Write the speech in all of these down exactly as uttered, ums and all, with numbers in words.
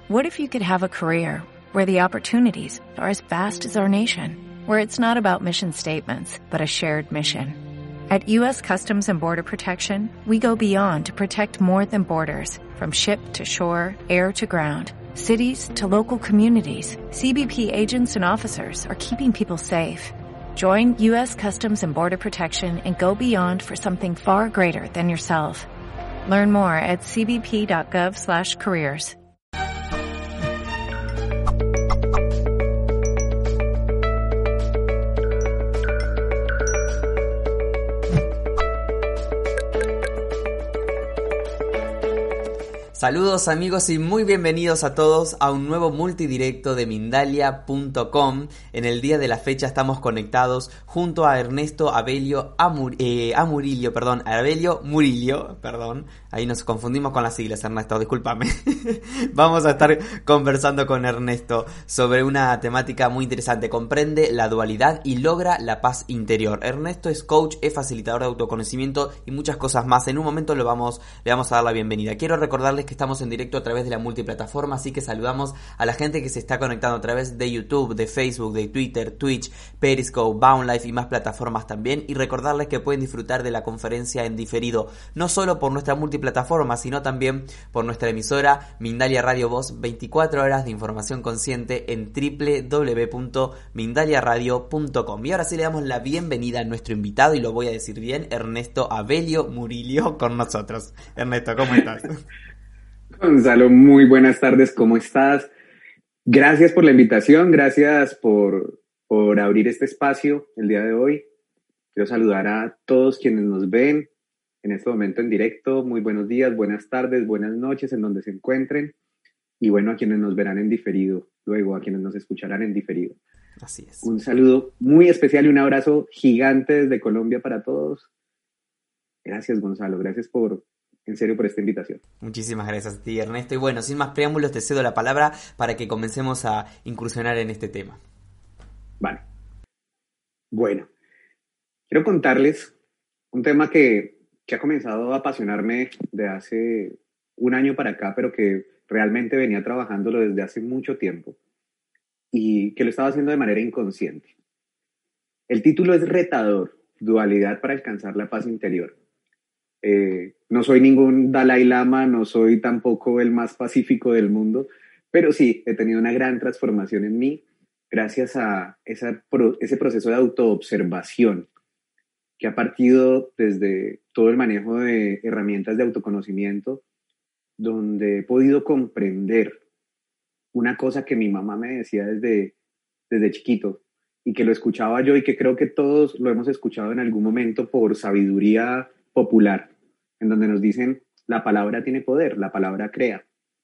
What if you could have a career where the opportunities are as vast as our nation, where it's not about mission statements, but a shared mission? At U S Customs and Border Protection, we go beyond to protect more than borders. From ship to shore, air to ground, cities to local communities, C B P agents and officers are keeping people safe. Join U S Customs and Border Protection and go beyond for something far greater than yourself. Learn more at c b p dot gov slash careers. Saludos amigos y muy bienvenidos a todos a un nuevo multidirecto de Mindalia punto com. En el día de la fecha estamos conectados junto a Ernesto Abelio Amur, eh, Amurillo, perdón, Abelio Murillo, perdón. Ahí nos confundimos con las siglas, Ernesto, discúlpame. Vamos a estar conversando con Ernesto sobre una temática muy interesante. Comprende la dualidad y logra la paz interior. Ernesto es coach, es facilitador de autoconocimiento y muchas cosas más. En un momento lo vamos, le vamos a dar la bienvenida. Quiero recordarles que estamos en directo a través de la multiplataforma, así que saludamos a la gente que se está conectando a través de YouTube, de Facebook, de Twitter, Twitch, Periscope, Boundlife y más plataformas también. Y recordarles que pueden disfrutar de la conferencia en diferido, no solo por nuestra multiplataforma, sino también por nuestra emisora Mindalia Radio Voz, veinticuatro horas de información consciente en doble u doble u doble u punto mindalia radio punto com. Y ahora sí le damos la bienvenida a nuestro invitado, y lo voy a decir bien, Ernesto Abelio Murillo con nosotros. Ernesto, ¿cómo estás? Gonzalo, muy buenas tardes, ¿cómo estás? Gracias por la invitación, gracias por, por abrir este espacio el día de hoy. Quiero saludar a todos quienes nos ven en este momento en directo. Muy buenos días, buenas tardes, buenas noches en donde se encuentren. Y bueno, a quienes nos verán en diferido, luego a quienes nos escucharán en diferido. Así es. Un saludo muy especial y un abrazo gigante desde Colombia para todos. Gracias, Gonzalo, gracias por... en serio por esta invitación. Muchísimas gracias a ti, Ernesto. Y bueno, sin más preámbulos, te cedo la palabra para que comencemos a incursionar en este tema. Vale. Bueno, quiero contarles un tema que, que ha comenzado a apasionarme de hace un año para acá, pero que realmente venía trabajándolo desde hace mucho tiempo y que lo estaba haciendo de manera inconsciente. El título es Retador, dualidad para alcanzar la paz interior. Eh, no soy ningún Dalai Lama, no soy tampoco el más pacífico del mundo, pero sí he tenido una gran transformación en mí gracias a esa, ese proceso de autoobservación que ha partido desde todo el manejo de herramientas de autoconocimiento, donde he podido comprender una cosa que mi mamá me decía desde, desde chiquito y que lo escuchaba yo y que creo que todos lo hemos escuchado en algún momento por sabiduría popular, en donde nos dicen la palabra tiene poder, la palabra crea.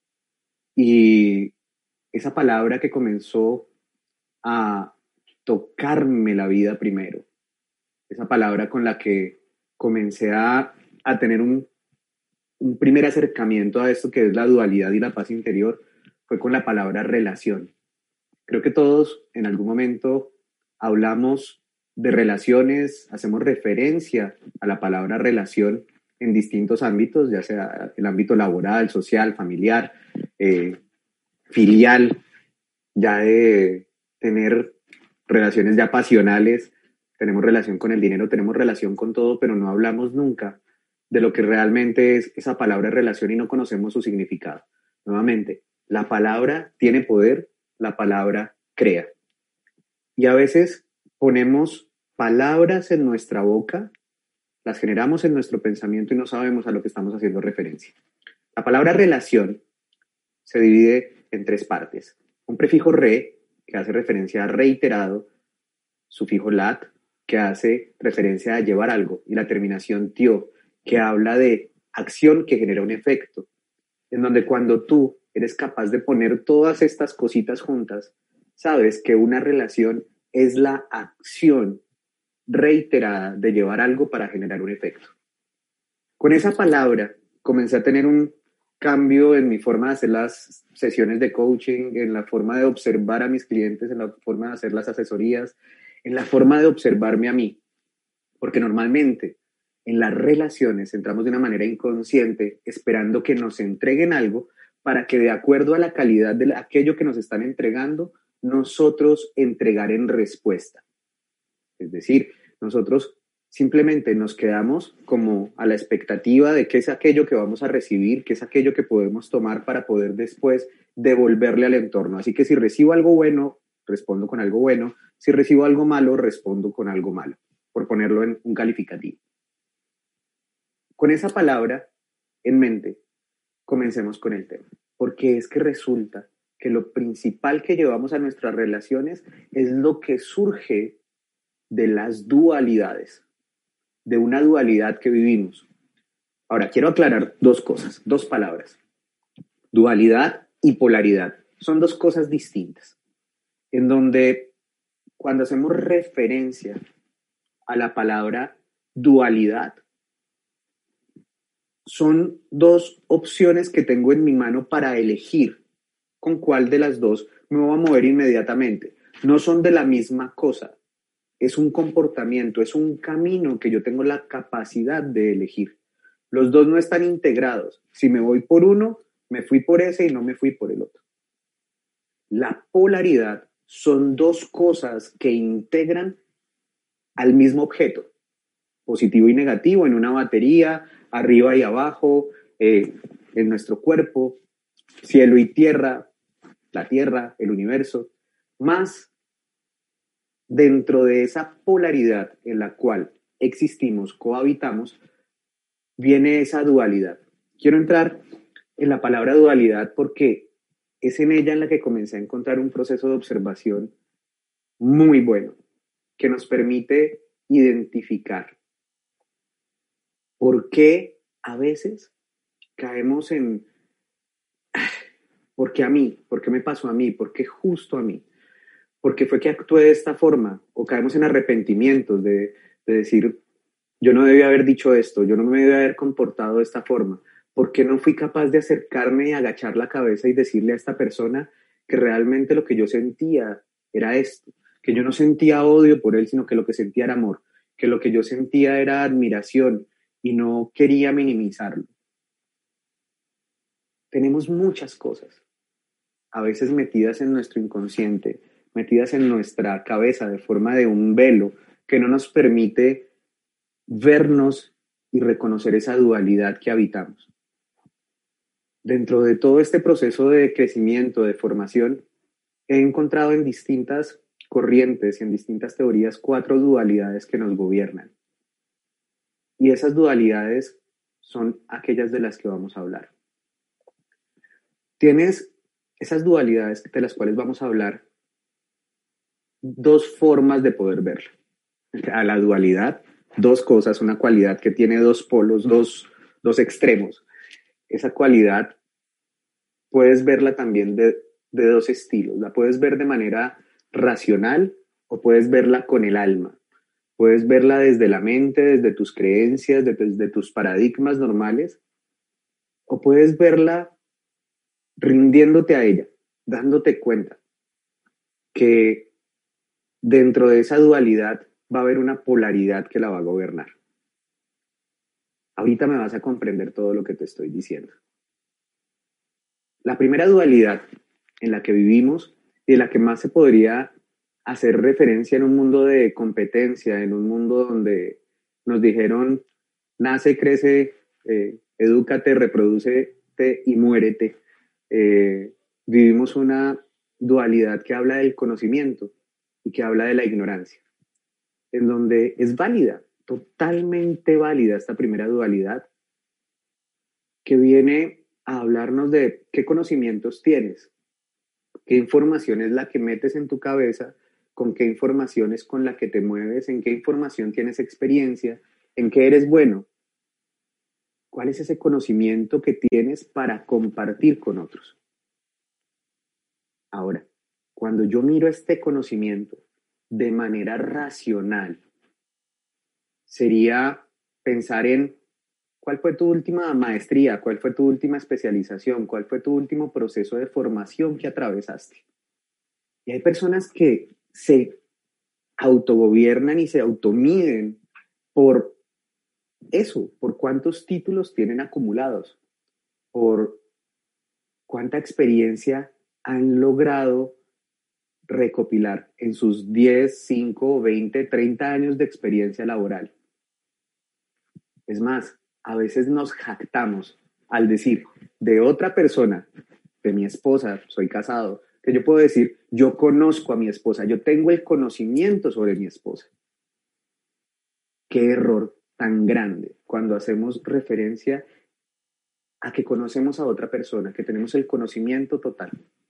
Y esa palabra que comenzó a tocarme la vida primero, esa palabra con la que comencé a, a tener un, un primer acercamiento a esto que es la dualidad y la paz interior, fue con la palabra relación. Creo que todos en algún momento hablamos de relaciones, hacemos referencia a la palabra relación en distintos ámbitos, ya sea el ámbito laboral, social, familiar, eh, filial, ya de tener relaciones ya pasionales, tenemos relación con el dinero, tenemos relación con todo, pero no hablamos nunca de lo que realmente es esa palabra relación y no conocemos su significado. Nuevamente, la palabra tiene poder, la palabra crea. Y a veces ponemos palabras en nuestra boca, las generamos en nuestro pensamiento y no sabemos a lo que estamos haciendo referencia. La palabra relación se divide en tres partes. Un prefijo re, que hace referencia a reiterado, sufijo lat, que hace referencia a llevar algo, y la terminación tio, que habla de acción que genera un efecto, en donde cuando tú eres capaz de poner todas estas cositas juntas, sabes que una relación es la acción reiterada de llevar algo para generar un efecto. Con esa palabra comencé a tener un cambio en mi forma de hacer las sesiones de coaching, en la forma de observar a mis clientes, en la forma de hacer las asesorías, en la forma de observarme a mí. Porque normalmente en las relaciones entramos de una manera inconsciente esperando que nos entreguen algo para que de acuerdo a la calidad de aquello que nos están entregando, nosotros entregar en respuesta. Es decir, nosotros simplemente nos quedamos como a la expectativa de qué es aquello que vamos a recibir, qué es aquello que podemos tomar para poder después devolverle al entorno. Así que si recibo algo bueno, respondo con algo bueno. Si recibo algo malo, respondo con algo malo, por ponerlo en un calificativo. Con esa palabra en mente, comencemos con el tema, porque es que resulta que lo principal que llevamos a nuestras relaciones es lo que surge de las dualidades, de una dualidad que vivimos. Ahora, quiero aclarar dos cosas, dos palabras. Dualidad y polaridad son dos cosas distintas, en donde cuando hacemos referencia a la palabra dualidad, son dos opciones que tengo en mi mano para elegir con cuál de las dos me voy a mover inmediatamente. No son de la misma cosa. Es un comportamiento, es un camino que yo tengo la capacidad de elegir. Los dos no están integrados. Si me voy por uno, me fui por ese y no me fui por el otro. La polaridad son dos cosas que integran al mismo objeto, positivo y negativo, en una batería, arriba y abajo, eh, en nuestro cuerpo, cielo y tierra, la tierra, el universo, más dentro de esa polaridad en la cual existimos, cohabitamos, viene esa dualidad. Quiero entrar en la palabra dualidad porque es en ella en la que comencé a encontrar un proceso de observación muy bueno, que nos permite identificar por qué a veces caemos en ¿por qué a mí? ¿Por qué me pasó a mí? ¿Por qué justo a mí? ¿Por qué fue que actué de esta forma? O caemos en arrepentimientos de, de decir, yo no debía haber dicho esto, yo no me debía haber comportado de esta forma. ¿Por qué no fui capaz de acercarme y agachar la cabeza y decirle a esta persona que realmente lo que yo sentía era esto? Que yo no sentía odio por él, sino que lo que sentía era amor. Que lo que yo sentía era admiración y no quería minimizarlo. Tenemos muchas cosas, a veces metidas en nuestro inconsciente, metidas en nuestra cabeza de forma de un velo que no nos permite vernos y reconocer esa dualidad que habitamos. Dentro de todo este proceso de crecimiento, de formación, he encontrado en distintas corrientes y en distintas teorías cuatro dualidades que nos gobiernan. Y esas dualidades son aquellas de las que vamos a hablar. Tienes esas dualidades de las cuales vamos a hablar, dos formas de poder verla. A la dualidad, dos cosas, una cualidad que tiene dos polos, dos, dos extremos. Esa cualidad puedes verla también de, de dos estilos. La puedes ver de manera racional o puedes verla con el alma. Puedes verla desde la mente, desde tus creencias, desde tus paradigmas normales, o puedes verla rindiéndote a ella, dándote cuenta que dentro de esa dualidad va a haber una polaridad que la va a gobernar. Ahorita me vas a comprender todo lo que te estoy diciendo. La primera dualidad en la que vivimos y en la que más se podría hacer referencia en un mundo de competencia, en un mundo donde nos dijeron nace, crece, eh, edúcate, reprodúcete y muérete. Eh, vivimos una dualidad que habla del conocimiento y que habla de la ignorancia, en donde es válida, totalmente válida esta primera dualidad, que viene a hablarnos de qué conocimientos tienes, qué información es la que metes en tu cabeza, con qué información es con la que te mueves, en qué información tienes experiencia, en qué eres bueno. ¿Cuál es ese conocimiento que tienes para compartir con otros? Ahora, cuando yo miro este conocimiento de manera racional, sería pensar en cuál fue tu última maestría, cuál fue tu última especialización, cuál fue tu último proceso de formación que atravesaste. Y hay personas que se autogobiernan y se automiden por eso, por cuántos títulos tienen acumulados, por ¿Cuánta experiencia han logrado recopilar en sus diez, cinco, veinte, treinta años de experiencia laboral? Es más, a veces nos jactamos al decir de otra persona, de mi esposa, soy casado, que yo puedo decir, yo conozco a mi esposa, yo tengo el conocimiento sobre mi esposa. Qué error tan grande cuando hacemos referencia a que conocemos a otra persona, que tenemos el conocimiento total.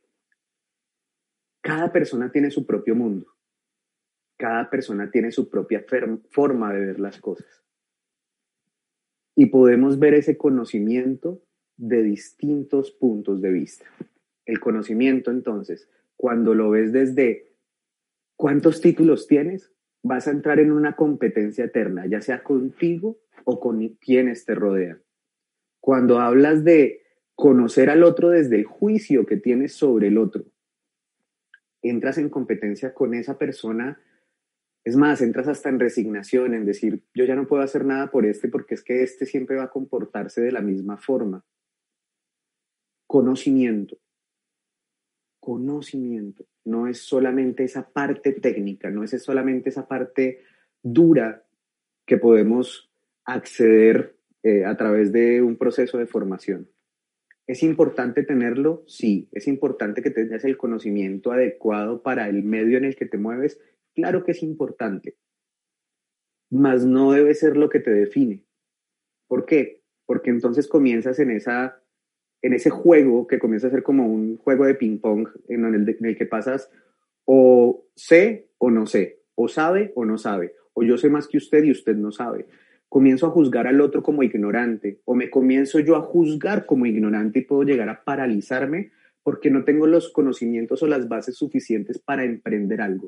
Cada persona tiene su propio mundo. Cada persona tiene su propia forma de ver las cosas. Y podemos ver ese conocimiento de distintos puntos de vista. El conocimiento, entonces, cuando lo ves desde cuántos títulos tienes, vas a entrar en una competencia eterna, ya sea contigo o con quienes te rodean. Cuando hablas de conocer al otro desde el juicio que tienes sobre el otro, entras en competencia con esa persona. Es más, entras hasta en resignación, en decir, yo ya no puedo hacer nada por este porque es que este siempre va a comportarse de la misma forma. Conocimiento. Conocimiento. No es solamente esa parte técnica, no es solamente esa parte dura que podemos acceder eh, a través de un proceso de formación. ¿Es importante tenerlo? Sí. ¿Es importante que tengas el conocimiento adecuado para el medio en el que te mueves? Claro que es importante, mas no debe ser lo que te define. ¿Por qué? Porque entonces comienzas en, esa, en ese juego que comienza a ser como un juego de ping-pong en el, en el que pasas o sé o no sé, o sabe o no sabe, o yo sé más que usted y usted no sabe. Comienzo a juzgar al otro como ignorante, o me comienzo yo a juzgar como ignorante y puedo llegar a paralizarme porque no tengo los conocimientos o las bases suficientes para emprender algo.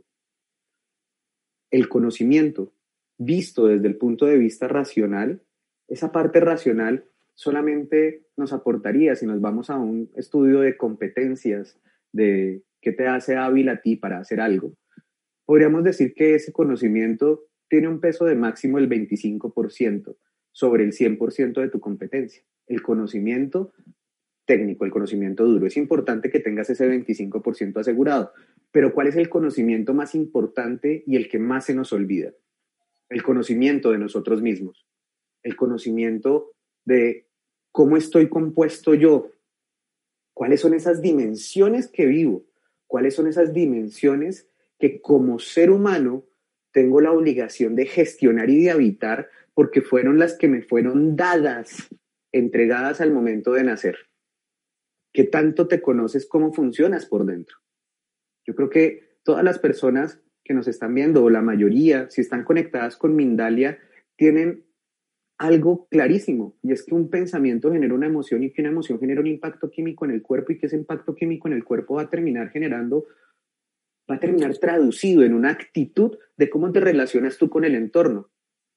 El conocimiento, visto desde el punto de vista racional, esa parte racional solamente nos aportaría si nos vamos a un estudio de competencias, de qué te hace hábil a ti para hacer algo. Podríamos decir que ese conocimiento tiene un peso de máximo del veinticinco por ciento sobre el cien por ciento de tu competencia. El conocimiento técnico, el conocimiento duro. Es importante que tengas ese veinticinco por ciento asegurado. Pero ¿cuál es el conocimiento más importante y el que más se nos olvida? El conocimiento de nosotros mismos. El conocimiento de cómo estoy compuesto yo. ¿Cuáles son esas dimensiones que vivo? ¿Cuáles son esas dimensiones que como ser humano tengo la obligación de gestionar y de habitar porque fueron las que me fueron dadas, entregadas al momento de nacer? ¿Qué tanto te conoces cómo funcionas por dentro? Yo creo que todas las personas que nos están viendo, o la mayoría, si están conectadas con Mindalia, tienen algo clarísimo, y es que un pensamiento genera una emoción y que una emoción genera un impacto químico en el cuerpo y que ese impacto químico en el cuerpo va a terminar generando, va a terminar traducido en una actitud de cómo te relacionas tú con el entorno.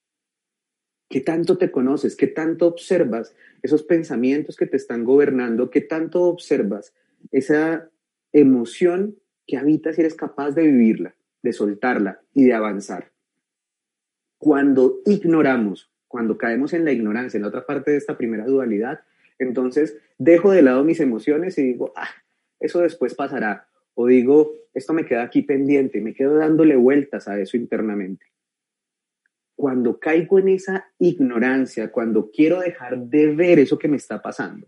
¿Qué tanto te conoces? ¿Qué tanto observas esos pensamientos que te están gobernando? ¿Qué tanto observas esa emoción que habitas y eres capaz de vivirla, de soltarla y de avanzar? Cuando ignoramos, cuando caemos en la ignorancia, en la otra parte de esta primera dualidad, entonces dejo de lado mis emociones y digo, ah, eso después pasará. O digo, esto me queda aquí pendiente y me quedo dándole vueltas a eso internamente. Cuando caigo en esa ignorancia, cuando quiero dejar de ver eso que me está pasando,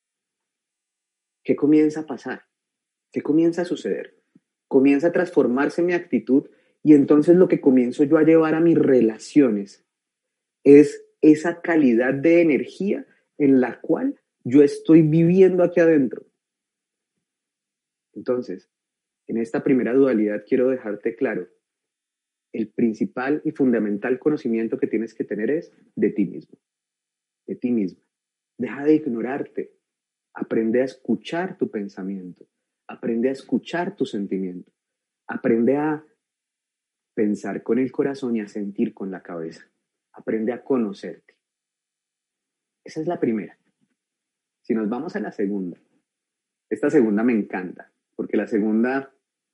¿qué comienza a pasar? ¿Qué comienza a suceder? Comienza a transformarse mi actitud y entonces lo que comienzo yo a llevar a mis relaciones es esa calidad de energía en la cual yo estoy viviendo aquí adentro. Entonces, en esta primera dualidad quiero dejarte claro, el principal y fundamental conocimiento que tienes que tener es de ti mismo, de ti mismo. Deja de ignorarte, aprende a escuchar tu pensamiento, aprende a escuchar tu sentimiento, aprende a pensar con el corazón y a sentir con la cabeza, aprende a conocerte. Esa es la primera. Si nos vamos a la segunda, esta segunda me encanta, porque la segunda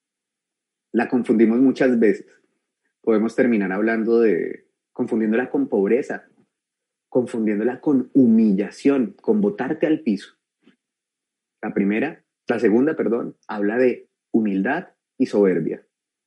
la confundimos muchas veces. Podemos terminar hablando de, confundiéndola con pobreza, confundiéndola con humillación, con botarte al piso. La primera, la segunda, perdón, habla de humildad y soberbia.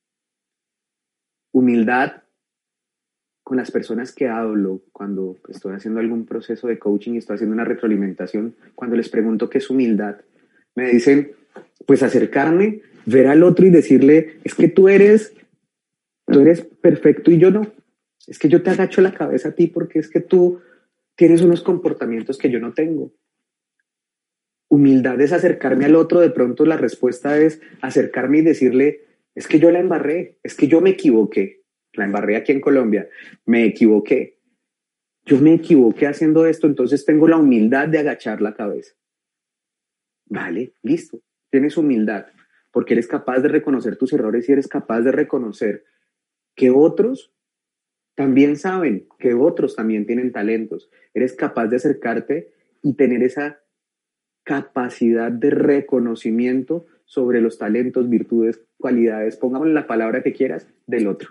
Humildad con las personas que hablo cuando estoy haciendo algún proceso de coaching y estoy haciendo una retroalimentación, cuando les pregunto qué es humildad, me dicen, pues acercarme, ver al otro y decirle, es que tú eres, tú eres perfecto y yo no. Es que yo te agacho la cabeza a ti porque es que tú tienes unos comportamientos que yo no tengo. Humildad es acercarme al otro, de pronto la respuesta es acercarme y decirle, es que yo la embarré, es que yo me equivoqué. La embarré aquí en Colombia, me equivoqué. Yo me equivoqué haciendo esto, entonces tengo la humildad de agachar la cabeza. Vale, listo, tienes humildad, porque eres capaz de reconocer tus errores y eres capaz de reconocer que otros también saben, que otros también tienen talentos. Eres capaz de acercarte y tener esa capacidad de reconocimiento sobre los talentos, virtudes, cualidades, pongámosle la palabra que quieras, del otro.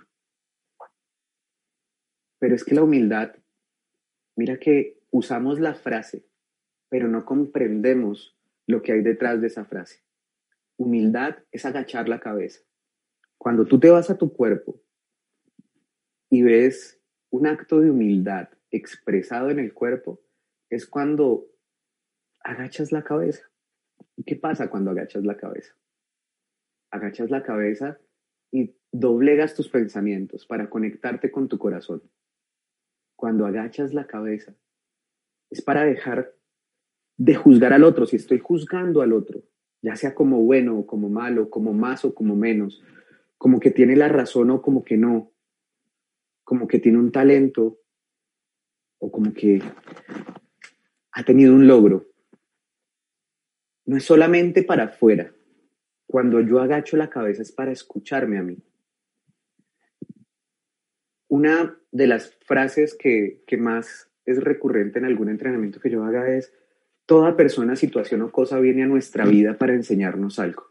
Pero es que la humildad, mira que usamos la frase, pero no comprendemos lo que hay detrás de esa frase. Humildad es agachar la cabeza. Cuando tú te vas a tu cuerpo y ves un acto de humildad expresado en el cuerpo, es cuando agachas la cabeza. ¿Y qué pasa cuando agachas la cabeza? Agachas la cabeza y doblegas tus pensamientos para conectarte con tu corazón. Cuando agachas la cabeza, es para dejar de juzgar al otro. Si estoy juzgando al otro, ya sea como bueno o como malo, como más o como menos, como que tiene la razón o como que no, como que tiene un talento o como que ha tenido un logro. No es solamente para afuera. Cuando yo agacho la cabeza es para escucharme a mí. Una de las frases que, que más es recurrente en algún entrenamiento que yo haga es: toda persona, situación o cosa viene a nuestra vida para enseñarnos algo.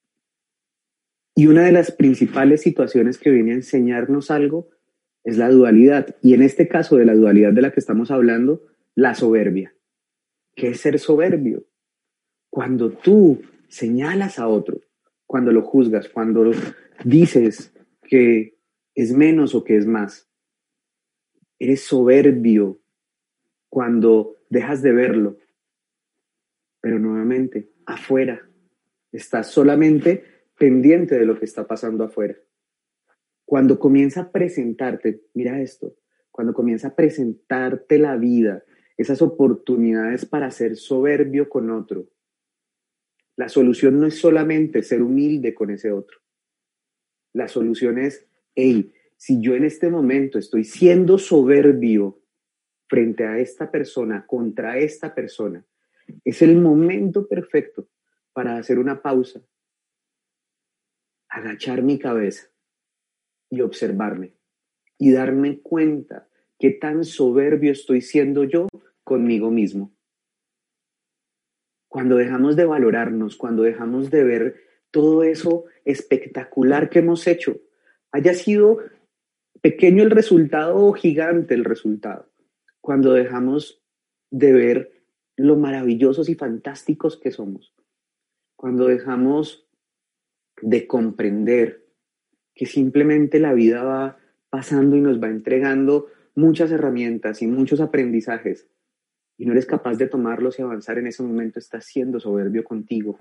Y una de las principales situaciones que viene a enseñarnos algo es la dualidad. Y en este caso de la dualidad de la que estamos hablando, la soberbia. ¿Qué es ser soberbio? Cuando tú señalas a otro, cuando lo juzgas, cuando dices que es menos o que es más. Eres soberbio cuando dejas de verlo. Pero nuevamente, afuera, estás solamente pendiente de lo que está pasando afuera. Cuando comienza a presentarte, mira esto, cuando comienza a presentarte la vida, esas oportunidades para ser soberbio con otro, la solución no es solamente ser humilde con ese otro. La solución es, hey, si yo en este momento estoy siendo soberbio frente a esta persona, contra esta persona, es el momento perfecto para hacer una pausa, agachar mi cabeza y observarme y darme cuenta qué tan soberbio estoy siendo yo conmigo mismo. Cuando dejamos de valorarnos, cuando dejamos de ver todo eso espectacular que hemos hecho, haya sido pequeño el resultado o gigante el resultado, cuando dejamos de ver lo maravillosos y fantásticos que somos, cuando dejamos de comprender que simplemente la vida va pasando y nos va entregando muchas herramientas y muchos aprendizajes, y no eres capaz de tomarlos y avanzar, en ese momento estás siendo soberbio contigo.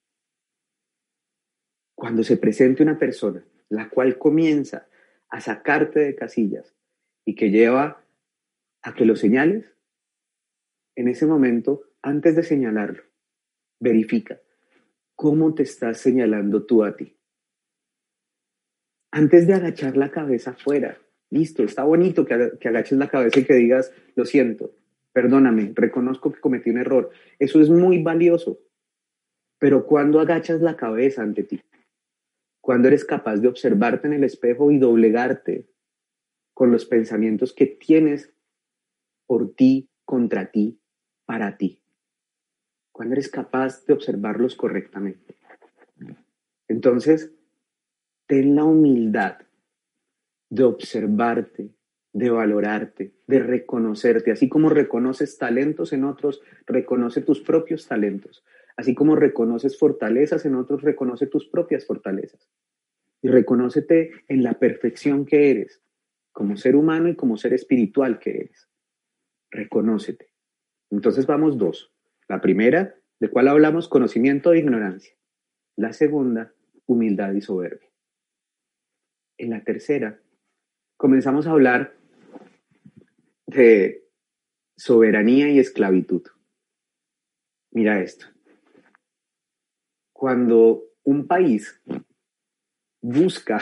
Cuando se presente una persona la cual comienza a sacarte de casillas y que lleva a que lo señales, en ese momento, antes de señalarlo, verifica cómo te estás señalando tú a ti. Antes de agachar la cabeza afuera, listo, está bonito que, que agaches la cabeza y que digas, lo siento, perdóname, reconozco que cometí un error. Eso es muy valioso. Pero cuando agachas la cabeza ante ti, cuando eres capaz de observarte en el espejo y doblegarte con los pensamientos que tienes por ti, contra ti, para ti. Cuando eres capaz de observarlos correctamente. Entonces, ten la humildad de observarte, de valorarte, de reconocerte. Así como reconoces talentos en otros, reconoce tus propios talentos. Así como reconoces fortalezas en otros, reconoce tus propias fortalezas. Y reconócete en la perfección que eres, como ser humano y como ser espiritual que eres. Reconócete. Entonces vamos dos. La primera, ¿de cuál hablamos? Conocimiento e ignorancia. La segunda, humildad y soberbia. En la tercera, comenzamos a hablar de soberanía y esclavitud. Mira esto. Cuando un país busca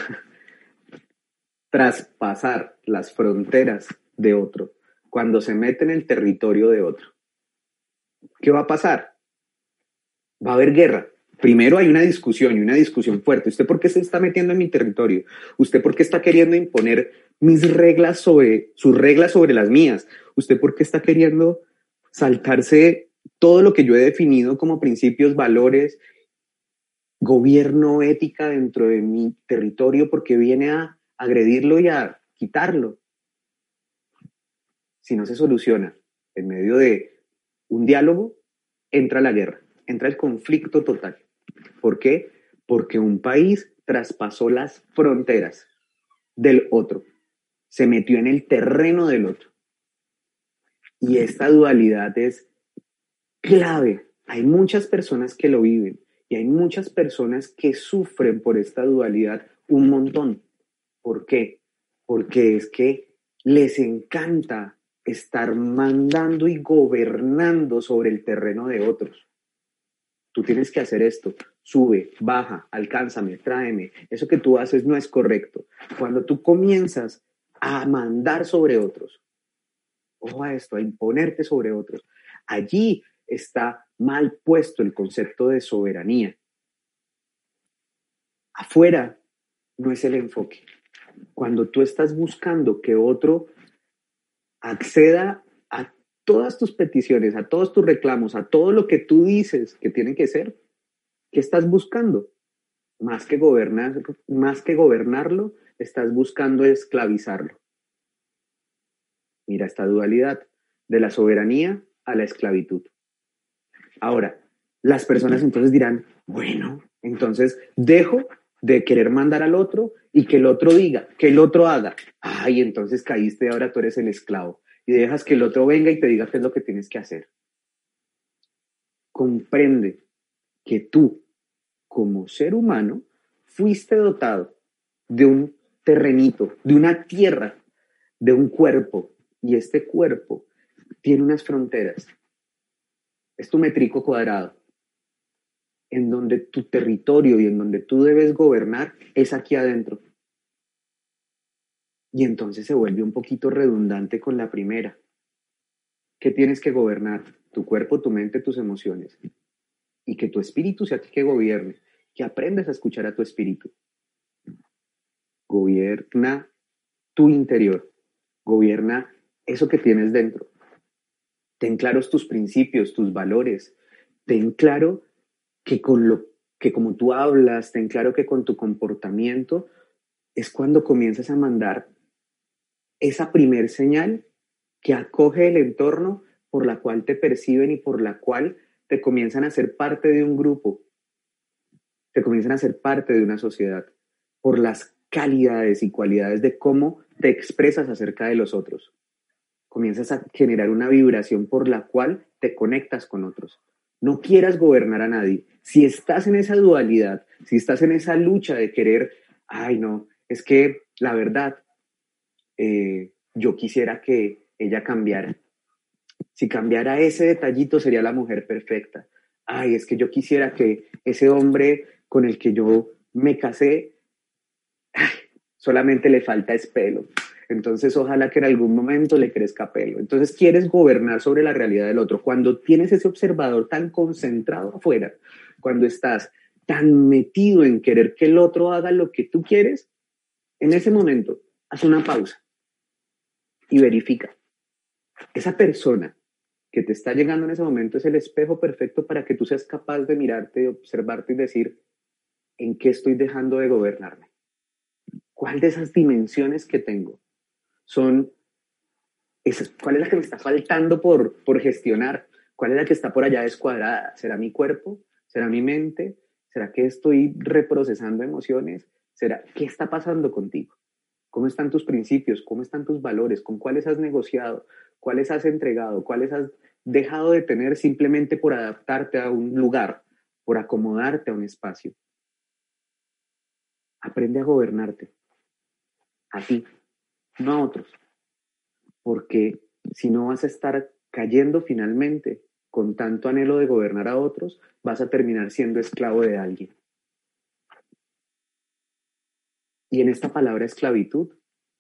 traspasar las fronteras de otro, cuando se mete en el territorio de otro, ¿qué va a pasar? Va a haber guerra. Primero hay una discusión y una discusión fuerte. ¿Usted por qué se está metiendo en mi territorio? ¿Usted por qué está queriendo imponer mis reglas sobre, sus reglas sobre las mías? ¿Usted por qué está queriendo saltarse todo lo que yo he definido como principios, valores, gobierno, ética dentro de mi territorio, porque viene a agredirlo y a quitarlo? Si no se soluciona en medio de un diálogo, entra la guerra, entra el conflicto total. ¿Por qué? Porque un país traspasó las fronteras del otro, se metió en el terreno del otro. Y esta dualidad es clave. Hay muchas personas que lo viven y hay muchas personas que sufren por esta dualidad un montón. ¿Por qué? Porque es que les encanta estar mandando y gobernando sobre el terreno de otros. Tú tienes que hacer esto, sube, baja, alcánzame, tráeme. Eso que tú haces no es correcto. Cuando tú comienzas a mandar sobre otros, ojo a esto, a imponerte sobre otros, allí está mal puesto el concepto de soberanía. Afuera no es el enfoque. Cuando tú estás buscando que otro acceda a todas tus peticiones, a todos tus reclamos, a todo lo que tú dices que tienen que ser, ¿qué estás buscando? Más que gobernar, más que gobernarlo, estás buscando esclavizarlo. Mira esta dualidad de la soberanía a la esclavitud. Ahora, las personas entonces dirán, bueno, entonces dejo de querer mandar al otro y que el otro diga, que el otro haga. Ay, entonces caíste, ahora tú eres el esclavo. Y dejas que el otro venga y te diga qué es lo que tienes que hacer. Comprende que tú, como ser humano, fuiste dotado de un terrenito, de una tierra, de un cuerpo. Y este cuerpo tiene unas fronteras. Es tu métrico cuadrado. En donde tu territorio y en donde tú debes gobernar es aquí adentro. Y entonces se vuelve un poquito redundante con la primera. ¿Qué tienes que gobernar? Tu cuerpo, tu mente, tus emociones. Y que tu espíritu sea el que gobierne. Que aprendas a escuchar a tu espíritu. Gobierna tu interior. Gobierna eso que tienes dentro. Ten claros tus principios, tus valores. Ten claro que con lo que como tú hablas, ten claro que con tu comportamiento es cuando comienzas a mandar esa primer señal que acoge el entorno por la cual te perciben y por la cual te comienzan a ser parte de un grupo, te comienzan a ser parte de una sociedad, por las calidades y cualidades de cómo te expresas acerca de los otros. Comienzas a generar una vibración por la cual te conectas con otros. No quieras gobernar a nadie. Si estás en esa dualidad, si estás en esa lucha de querer, ay no, es que la verdad, eh, yo quisiera que ella cambiara. Si cambiara ese detallito sería la mujer perfecta. Ay, es que yo quisiera que ese hombre con el que yo me casé, ay, solamente le falta es pelo. Entonces ojalá que en algún momento le crezca pelo. Entonces quieres gobernar sobre la realidad del otro. Cuando tienes ese observador tan concentrado afuera, cuando estás tan metido en querer que el otro haga lo que tú quieres, en ese momento haz una pausa y verifica. Esa persona que te está llegando en ese momento es el espejo perfecto para que tú seas capaz de mirarte, de observarte y decir, ¿en qué estoy dejando de gobernarme? ¿Cuál de esas dimensiones que tengo son esas? ¿Cuál es la que me está faltando por, por gestionar? ¿Cuál es la que está por allá descuadrada? ¿Será mi cuerpo? ¿Será mi mente? ¿Será que estoy reprocesando emociones? ¿Será qué está pasando contigo? ¿Cómo están tus principios? ¿Cómo están tus valores? ¿Con cuáles has negociado? ¿Cuáles has entregado? ¿Cuáles has dejado de tener simplemente por adaptarte a un lugar, por acomodarte a un espacio? Aprende a gobernarte, a ti, no a otros. Porque si no vas a estar cayendo finalmente con tanto anhelo de gobernar a otros, vas a terminar siendo esclavo de alguien. Y en esta palabra esclavitud,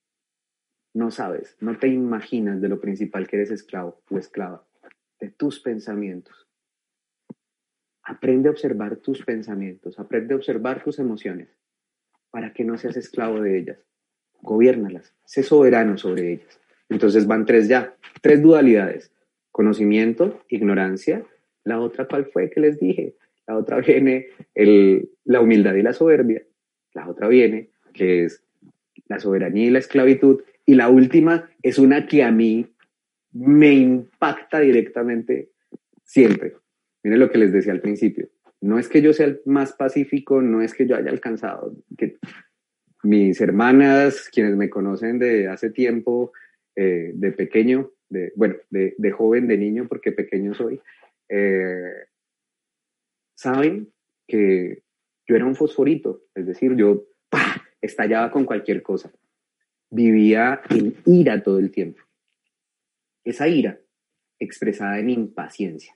no sabes, no te imaginas de lo principal que eres esclavo o esclava, de tus pensamientos. Aprende a observar tus pensamientos, aprende a observar tus emociones, para que no seas esclavo de ellas. Gobiérnalas, sé soberano sobre ellas. Entonces van tres ya, tres dualidades. Conocimiento, ignorancia. La otra, ¿cuál fue que les dije? La otra viene el, la humildad y la soberbia. La otra viene, que es la soberanía y la esclavitud. Y la última es una que a mí me impacta directamente siempre. Miren lo que les decía al principio. No es que yo sea el más pacífico, no es que yo haya alcanzado. Que mis hermanas, quienes me conocen de hace tiempo, eh, de pequeño, de, bueno, de, de joven, de niño, porque pequeño soy, eh, saben que yo era un fosforito. Es decir, yo ¡pah!, estallaba con cualquier cosa. Vivía en ira todo el tiempo. Esa ira expresada en impaciencia.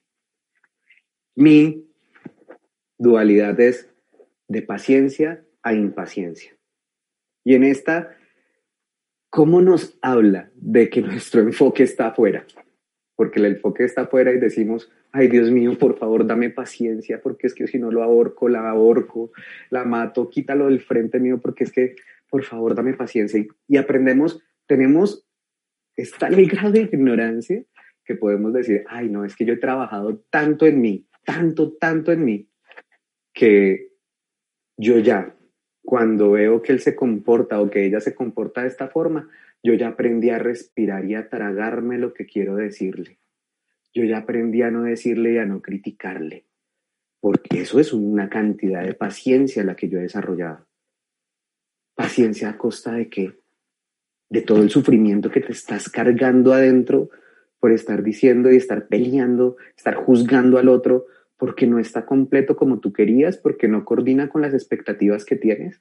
Mi dualidad es de paciencia a impaciencia. Y en esta, ¿cómo nos habla de que nuestro enfoque está afuera? Porque el enfoque está afuera y decimos, ay Dios mío, por favor dame paciencia, porque es que si no lo ahorco, la ahorco, la mato, quítalo del frente mío, porque es que, por favor dame paciencia. Y, y aprendemos, tenemos esta tal grado de ignorancia que podemos decir, ay no, es que yo he trabajado tanto en mí, tanto, tanto en mí, que yo ya, cuando veo que él se comporta o que ella se comporta de esta forma, yo ya aprendí a respirar y a tragarme lo que quiero decirle. Yo ya aprendí a no decirle y a no criticarle, porque eso es una cantidad de paciencia la que yo he desarrollado. ¿Paciencia a costa de qué? De todo el sufrimiento que te estás cargando adentro por estar diciendo y estar peleando, estar juzgando al otro, porque no está completo como tú querías, porque no coordina con las expectativas que tienes.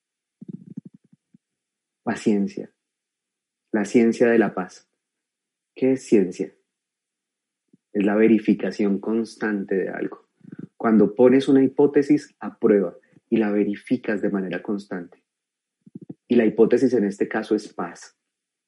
Paciencia. La ciencia de la paz. ¿Qué es ciencia? Es la verificación constante de algo. Cuando pones una hipótesis a prueba y la verificas de manera constante. Y la hipótesis en este caso es paz.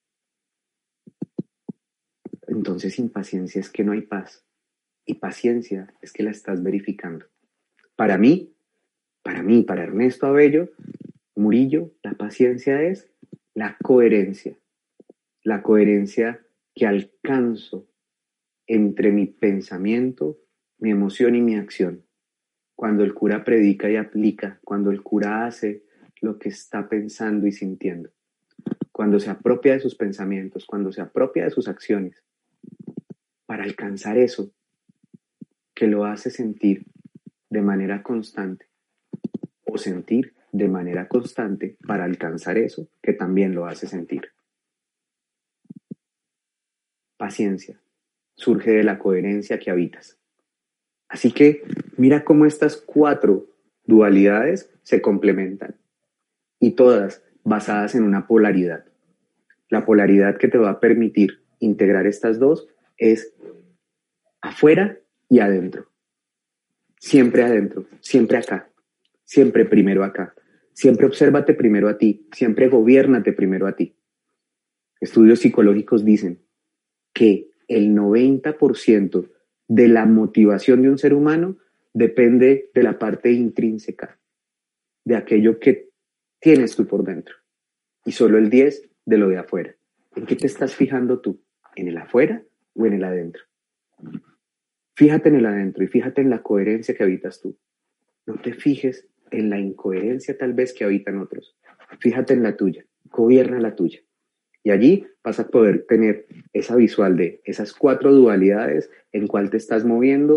Entonces, impaciencia es que no hay paz. Y paciencia es que la estás verificando. Para mí, para mí, para Ernesto Abello Murillo, la paciencia es la coherencia. La coherencia que alcanzo entre mi pensamiento, mi emoción y mi acción. Cuando el cura predica y aplica, cuando el cura hace lo que está pensando y sintiendo. Cuando se apropia de sus pensamientos, cuando se apropia de sus acciones. Para alcanzar eso, que lo hace sentir de manera constante o sentir de manera constante para alcanzar eso que también lo hace sentir. Paciencia surge de la coherencia que habitas. Así que mira cómo estas cuatro dualidades se complementan y todas basadas en una polaridad. La polaridad que te va a permitir integrar estas dos es afuera y adentro. Siempre adentro, siempre acá, siempre primero acá. Siempre obsérvate primero a ti, siempre gobiérnate primero a ti. Estudios psicológicos dicen que el noventa por ciento de la motivación de un ser humano depende de la parte intrínseca, de aquello que tienes tú por dentro, y solo el diez por ciento de lo de afuera. ¿En qué te estás fijando tú? ¿En el afuera o en el adentro? Fíjate en el adentro y fíjate en la coherencia que habitas tú. No te fijes en la incoherencia tal vez que habitan otros. Fíjate en la tuya, gobierna la tuya. Y allí vas a poder tener esa visual de esas cuatro dualidades en cuál te estás moviendo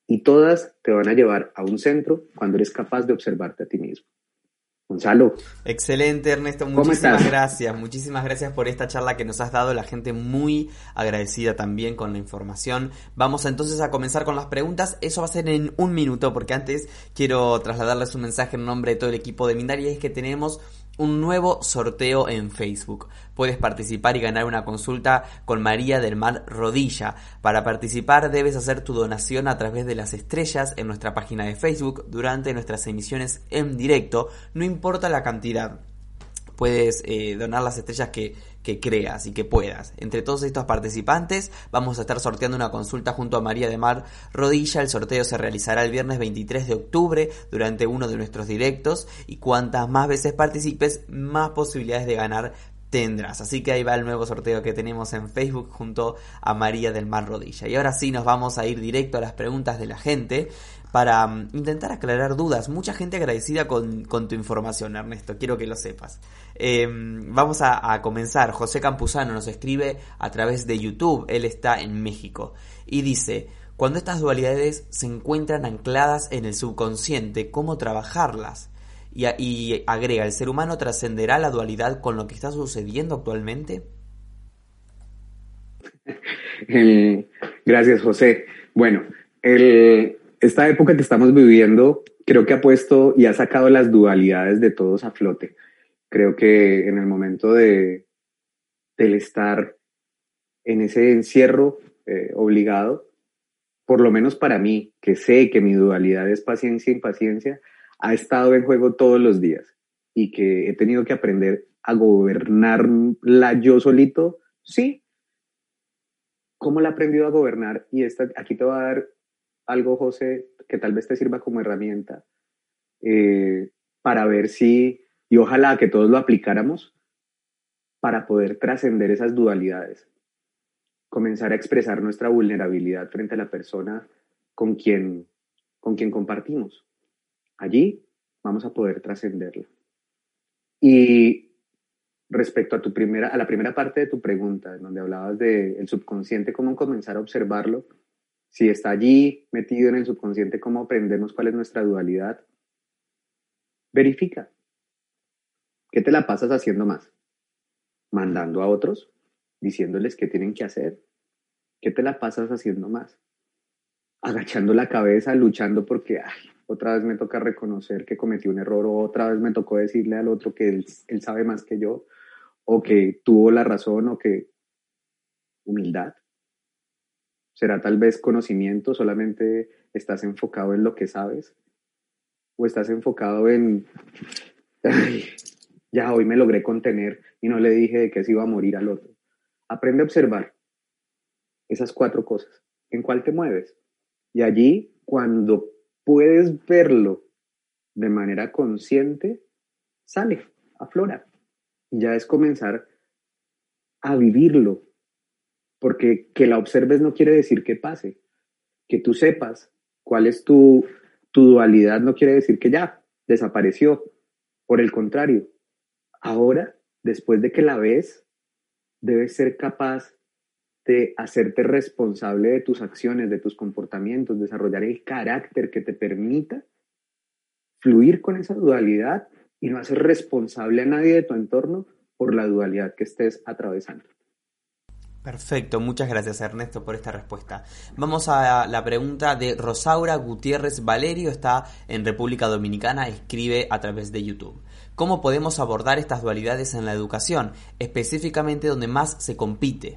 y todas te van a llevar a un centro cuando eres capaz de observarte a ti mismo. Gonzalo. Excelente, Ernesto, ¿Cómo muchísimas estás? gracias, muchísimas gracias por esta charla que nos has dado, la gente muy agradecida también con la información. Vamos entonces a comenzar con las preguntas, eso va a ser en un minuto, porque antes quiero trasladarles un mensaje en nombre de todo el equipo de Mindalia, y es que tenemos un nuevo sorteo en Facebook. Puedes participar y ganar una consulta con María del Mar Rodilla. Para participar debes hacer tu donación a través de las estrellas en nuestra página de Facebook durante nuestras emisiones en directo, no importa la cantidad. Puedes eh, donar las estrellas que, que creas y que puedas. Entre todos estos participantes vamos a estar sorteando una consulta junto a María de Mar Rodilla. El sorteo se realizará el viernes veintitrés de octubre durante uno de nuestros directos, y cuantas más veces participes, más posibilidades de ganar tendrás. Así que ahí va el nuevo sorteo que tenemos en Facebook junto a María del Mar Rodilla. Y ahora sí nos vamos a ir directo a las preguntas de la gente para um, intentar aclarar dudas. Mucha gente agradecida con, con tu información, Ernesto, quiero que lo sepas. Eh, vamos a, a comenzar. José Campuzano nos escribe a través de YouTube, él está en México, y dice: cuando estas dualidades se encuentran ancladas en el subconsciente, ¿cómo trabajarlas? Y, y agrega: ¿el ser humano trascenderá la dualidad con lo que está sucediendo actualmente? El, gracias, José. Bueno, el, esta época que estamos viviendo creo que ha puesto y ha sacado las dualidades de todos a flote. Creo que en el momento de, del estar en ese encierro eh, obligado, por lo menos para mí, que sé que mi dualidad es paciencia e impaciencia, ha estado en juego todos los días, y que he tenido que aprender a gobernarla yo solito. Sí. ¿Cómo la he aprendido a gobernar? Y esta, aquí te voy a dar algo, José, que tal vez te sirva como herramienta eh, para ver si, y ojalá que todos lo aplicáramos, para poder trascender esas dualidades. Comenzar a expresar nuestra vulnerabilidad frente a la persona con quien, con quien compartimos. Allí vamos a poder trascenderla. Y respecto a, tu primera, a la primera parte de tu pregunta, en donde hablabas del subconsciente, cómo comenzar a observarlo, si está allí metido en el subconsciente, cómo aprendemos cuál es nuestra dualidad, verifica. ¿Qué te la pasas haciendo más? ¿Mandando a otros? ¿Diciéndoles qué tienen que hacer? ¿Qué te la pasas haciendo más? ¿Agachando la cabeza, luchando porque ay, otra vez me toca reconocer que cometí un error, o otra vez me tocó decirle al otro que él, él sabe más que yo, o que tuvo la razón, o que humildad? ¿Será tal vez conocimiento? ¿Solamente estás enfocado en lo que sabes? ¿O estás enfocado en, ay, ya hoy me logré contener y no le dije de qué se iba a morir al otro? Aprende a observar esas cuatro cosas. ¿En cuál te mueves? Y allí, cuando puedes verlo de manera consciente, sale, aflora. Y ya es comenzar a vivirlo. Porque que la observes no quiere decir que pase. Que tú sepas cuál es tu, tu dualidad no quiere decir que ya desapareció. Por el contrario, ahora, después de que la ves, debes ser capaz de hacerte responsable de tus acciones, de tus comportamientos, desarrollar el carácter que te permita fluir con esa dualidad y no hacer responsable a nadie de tu entorno por la dualidad que estés atravesando. Perfecto, muchas gracias, Ernesto, por esta respuesta. Vamos a la pregunta de Rosaura Gutiérrez Valerio, está en República Dominicana, escribe a través de YouTube. ¿Cómo podemos abordar estas dualidades en la educación, específicamente donde más se compite?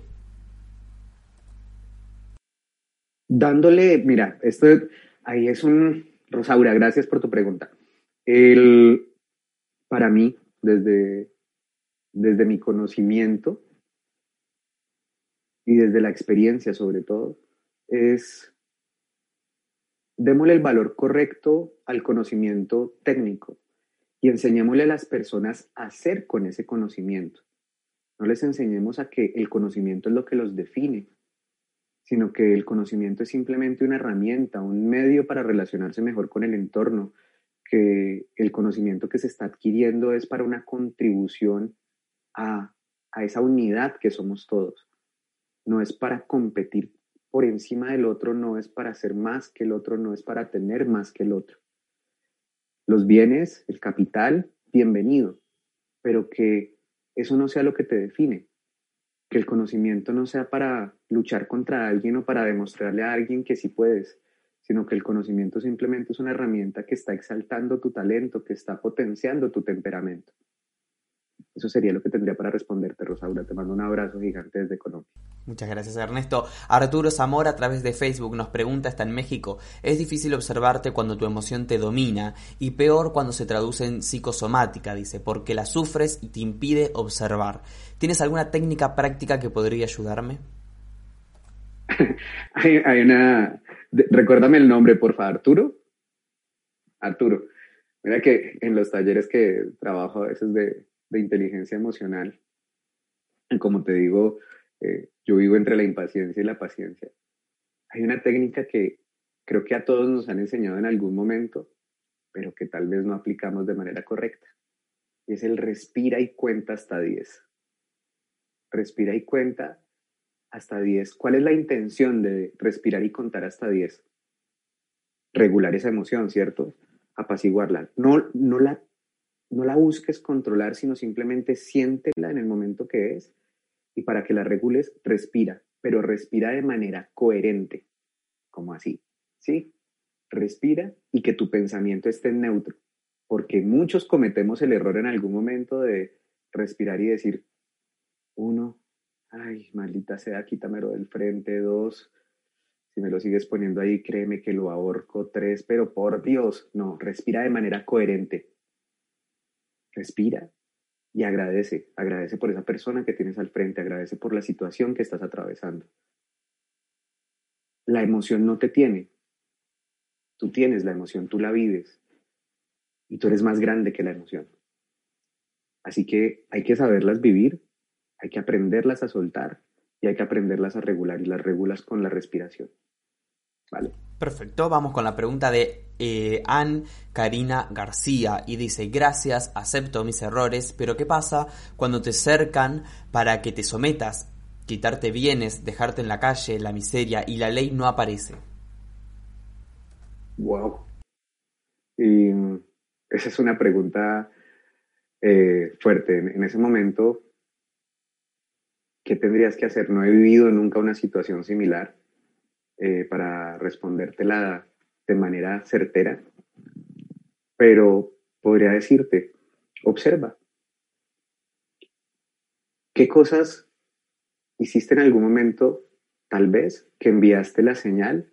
Dándole, mira, esto ahí es un, Rosaura, gracias por tu pregunta. El, para mí, desde, desde mi conocimiento y desde la experiencia sobre todo, es démosle el valor correcto al conocimiento técnico y enseñémosle a las personas a hacer con ese conocimiento. No les enseñemos a que el conocimiento es lo que los define, sino que el conocimiento es simplemente una herramienta, un medio para relacionarse mejor con el entorno, que el conocimiento que se está adquiriendo es para una contribución a, a esa unidad que somos todos. No es para competir por encima del otro, no es para ser más que el otro, no es para tener más que el otro. Los bienes, el capital, bienvenido, pero que eso no sea lo que te define, que el conocimiento no sea para luchar contra alguien o para demostrarle a alguien que sí puedes, sino que el conocimiento simplemente es una herramienta que está exaltando tu talento, que está potenciando tu temperamento. Eso sería lo que tendría para responderte, Rosaura. Te mando un abrazo gigante desde Colombia. Muchas gracias, Ernesto. Arturo Zamora a través de Facebook nos pregunta, está en México: es difícil observarte cuando tu emoción te domina y peor cuando se traduce en psicosomática, dice, porque la sufres y te impide observar. ¿Tienes alguna técnica práctica que podría ayudarme? hay, hay una... Recuérdame el nombre, por favor. ¿Arturo? Arturo. Mira que en los talleres que trabajo a veces de, de inteligencia emocional, y como te digo, eh, yo vivo entre la impaciencia y la paciencia. Hay una técnica que creo que a todos nos han enseñado en algún momento, pero que tal vez no aplicamos de manera correcta. Y es el respira y cuenta hasta diez. Respira y cuenta hasta diez. ¿Cuál es la intención de respirar y contar hasta diez? Regular esa emoción, ¿cierto? Apaciguarla. No, no, la, no la busques controlar, sino simplemente siéntela en el momento que es. Y para que la regules, respira, pero respira de manera coherente, como así, ¿sí? Respira y que tu pensamiento esté en neutro, porque muchos cometemos el error en algún momento de respirar y decir, uno, ay, maldita sea, quítamelo del frente, dos, si me lo sigues poniendo ahí, créeme que lo ahorco, tres, pero por Dios, no, respira de manera coherente, respira. Y agradece, agradece por esa persona que tienes al frente, agradece por la situación que estás atravesando. La emoción no te tiene. Tú tienes la emoción, tú la vives. Y tú eres más grande que la emoción. Así que hay que saberlas vivir, hay que aprenderlas a soltar y hay que aprenderlas a regular. Y las regulas con la respiración. ¿Vale? Perfecto, vamos con la pregunta de eh, Ann Karina García y dice: gracias, acepto mis errores, pero ¿qué pasa cuando te cercan para que te sometas, quitarte bienes, dejarte en la calle, la miseria y la ley no aparece? Wow. Y esa es una pregunta eh, fuerte. En, en ese momento, ¿qué tendrías que hacer? No he vivido nunca una situación similar. Eh, para respondértela de manera certera, pero podría decirte, observa, ¿qué cosas hiciste en algún momento, tal vez, que enviaste la señal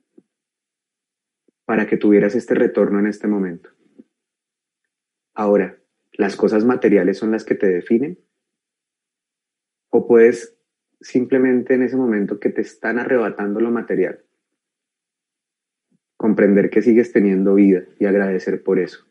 para que tuvieras este retorno en este momento? Ahora, ¿las cosas materiales son las que te definen? ¿O puedes simplemente en ese momento que te están arrebatando lo material, comprender que sigues teniendo vida y agradecer por eso?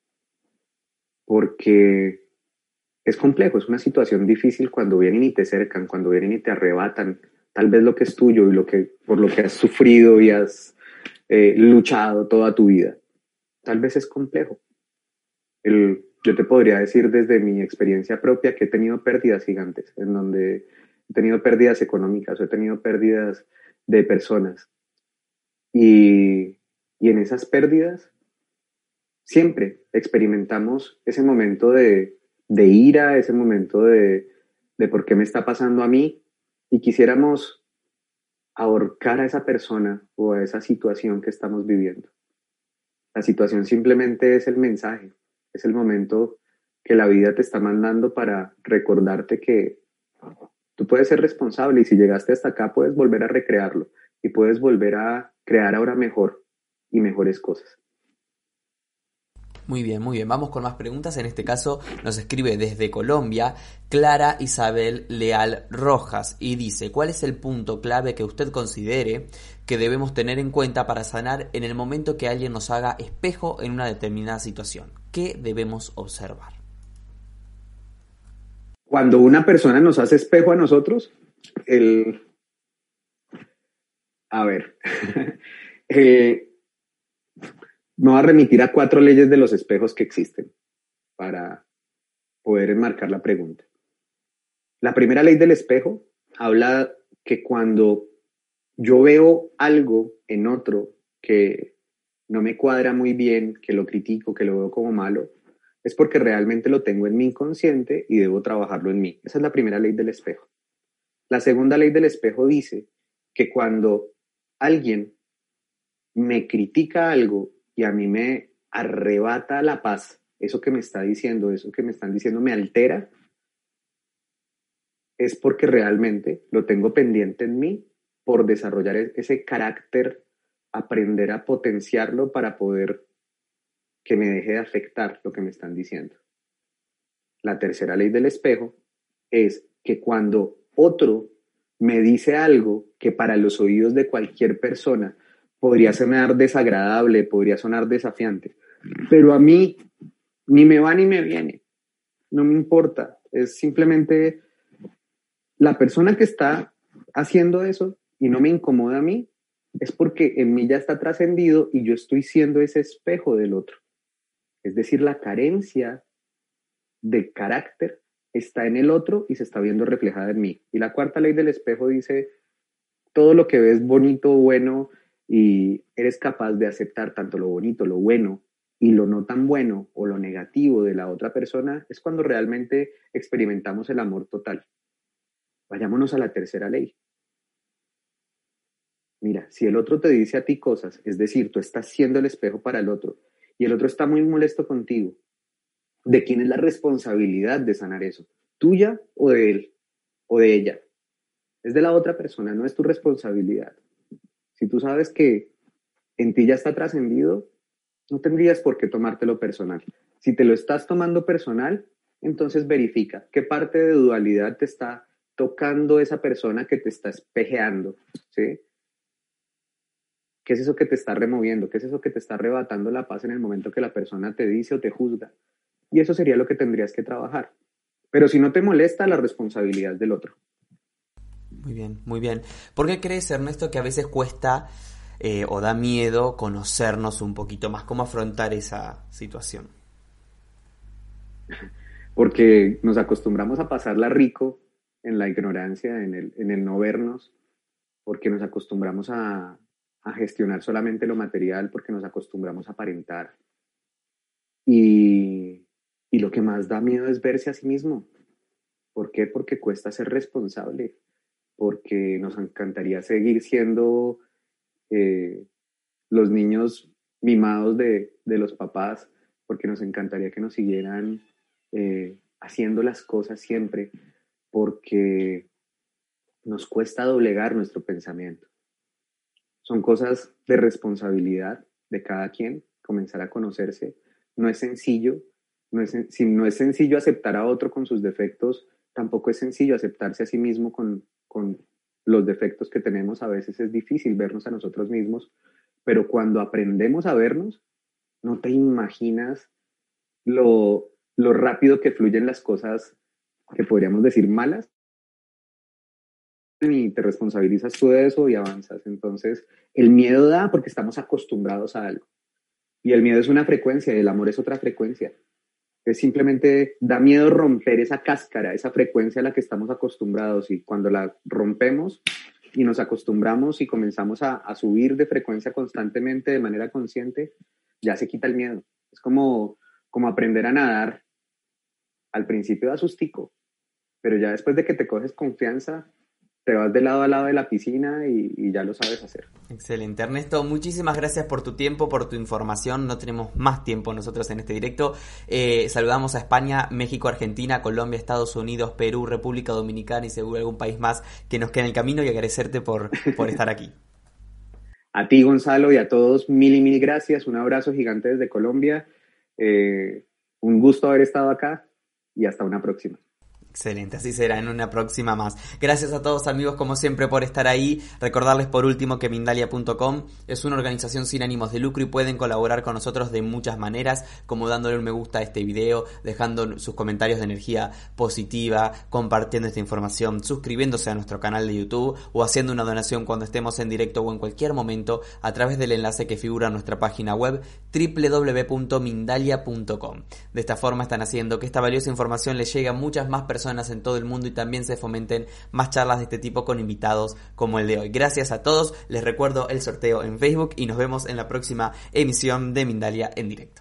Porque es complejo, es una situación difícil cuando vienen y te cercan, cuando vienen y te arrebatan tal vez lo que es tuyo y lo que, por lo que has sufrido y has eh, luchado toda tu vida. Tal vez es complejo. El, yo te podría decir desde mi experiencia propia que he tenido pérdidas gigantes, en donde he tenido pérdidas económicas, o he tenido pérdidas de personas. Y, y en esas pérdidas siempre experimentamos ese momento de, de ira, ese momento de, de por qué me está pasando a mí, y quisiéramos ahorcar a esa persona o a esa situación que estamos viviendo. La situación simplemente es el mensaje, es el momento que la vida te está mandando para recordarte que tú puedes ser responsable y si llegaste hasta acá puedes volver a recrearlo y puedes volver a crear ahora mejor y mejores cosas. Muy bien, muy bien. Vamos con más preguntas. En este caso nos escribe desde Colombia Clara Isabel Leal Rojas y dice: ¿cuál es el punto clave que usted considere que debemos tener en cuenta para sanar en el momento que alguien nos haga espejo en una determinada situación? ¿Qué debemos observar? Cuando una persona nos hace espejo a nosotros, el... A ver, eh, me voy a remitir a cuatro leyes de los espejos que existen para poder enmarcar la pregunta. La primera ley del espejo habla que cuando yo veo algo en otro que no me cuadra muy bien, que lo critico, que lo veo como malo, es porque realmente lo tengo en mi inconsciente y debo trabajarlo en mí. Esa es la primera ley del espejo. La segunda ley del espejo dice que cuando alguien me critica algo y a mí me arrebata la paz, eso que me está diciendo, eso que me están diciendo me altera, es porque realmente lo tengo pendiente en mí por desarrollar ese carácter, aprender a potenciarlo para poder que me deje de afectar lo que me están diciendo. La tercera ley del espejo es que cuando otro me dice algo que para los oídos de cualquier persona podría sonar desagradable, podría sonar desafiante, pero a mí ni me va ni me viene, no me importa, es simplemente la persona que está haciendo eso y no me incomoda a mí, es porque en mí ya está trascendido y yo estoy siendo ese espejo del otro. Es decir, la carencia de carácter está en el otro y se está viendo reflejada en mí. Y la cuarta ley del espejo dice, todo lo que ves bonito, bueno, y eres capaz de aceptar tanto lo bonito, lo bueno, y lo no tan bueno o lo negativo de la otra persona, es cuando realmente experimentamos el amor total. Vayámonos a la tercera ley. Mira, si el otro te dice a ti cosas, es decir, tú estás siendo el espejo para el otro, y el otro está muy molesto contigo, ¿de quién es la responsabilidad de sanar eso? ¿Tuya o de él o de ella? Es de la otra persona, no es tu responsabilidad. Si tú sabes que en ti ya está trascendido, no tendrías por qué tomártelo personal. Si te lo estás tomando personal, entonces verifica qué parte de dualidad te está tocando esa persona que te está espejeando, ¿sí? ¿Qué es eso que te está removiendo? ¿Qué es eso que te está arrebatando la paz en el momento que la persona te dice o te juzga? Y eso sería lo que tendrías que trabajar. Pero si no te molesta, la responsabilidad es del otro. Muy bien, muy bien. ¿Por qué crees, Ernesto, que a veces cuesta eh, o da miedo conocernos un poquito más? ¿Cómo afrontar esa situación? Porque nos acostumbramos a pasarla rico en la ignorancia, en el, en el no vernos, porque nos acostumbramos a, a gestionar solamente lo material, porque nos acostumbramos a aparentar. Y, y lo que más da miedo es verse a sí mismo. ¿Por qué? Porque cuesta ser responsable, porque nos encantaría seguir siendo eh, los niños mimados de, de los papás, porque nos encantaría que nos siguieran eh, haciendo las cosas siempre, porque nos cuesta doblegar nuestro pensamiento. Son cosas de responsabilidad de cada quien, comenzar a conocerse. No es sencillo, no es, si no es sencillo aceptar a otro con sus defectos, tampoco es sencillo aceptarse a sí mismo con, con los defectos que tenemos. A veces es difícil vernos a nosotros mismos, pero cuando aprendemos a vernos, no te imaginas lo, lo rápido que fluyen las cosas que podríamos decir malas, y te responsabilizas tú de eso y avanzas. Entonces, el miedo da porque estamos acostumbrados a algo. Y el miedo es una frecuencia y el amor es otra frecuencia. Es simplemente, da miedo romper esa cáscara, esa frecuencia a la que estamos acostumbrados. Y cuando la rompemos y nos acostumbramos y comenzamos a, a subir de frecuencia constantemente de manera consciente, ya se quita el miedo. Es como, como aprender a nadar. Al principio da sustico, pero ya después de que te coges confianza, te vas de lado a lado de la piscina y, y ya lo sabes hacer. Excelente. Ernesto, muchísimas gracias por tu tiempo, por tu información. No tenemos más tiempo nosotros en este directo. Eh, saludamos a España, México, Argentina, Colombia, Estados Unidos, Perú, República Dominicana y seguro algún país más que nos quede en el camino, y agradecerte por, por estar aquí. A ti, Gonzalo, y a todos, mil y mil gracias. Un abrazo gigante desde Colombia. Eh, un gusto haber estado acá y hasta una próxima. Excelente, así será en una próxima más. Gracias a todos, amigos, como siempre, por estar ahí. Recordarles por último que Mindalia punto com es una organización sin ánimos de lucro y pueden colaborar con nosotros de muchas maneras, como dándole un me gusta a este video, dejando sus comentarios de energía positiva, compartiendo esta información, suscribiéndose a nuestro canal de YouTube o haciendo una donación cuando estemos en directo o en cualquier momento a través del enlace que figura en nuestra página web doble u doble u doble u punto mindalia punto com. De esta forma están haciendo que esta valiosa información le llegue a muchas más personas personas en todo el mundo y también se fomenten más charlas de este tipo con invitados como el de hoy. Gracias a todos, les recuerdo el sorteo en Facebook y nos vemos en la próxima emisión de Mindalia en directo.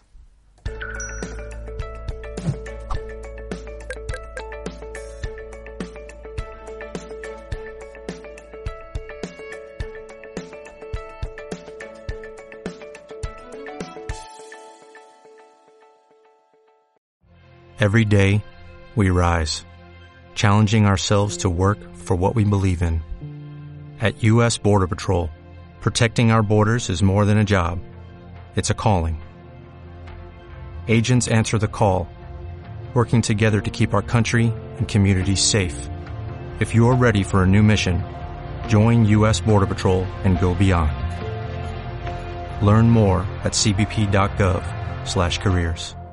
Every day, we rise, challenging ourselves to work for what we believe in. At U S Border Patrol, protecting our borders is more than a job. It's a calling. Agents answer the call, working together to keep our country and communities safe. If you are ready for a new mission, join U S Border Patrol and go beyond. Learn more at c b p dot gov slash careers.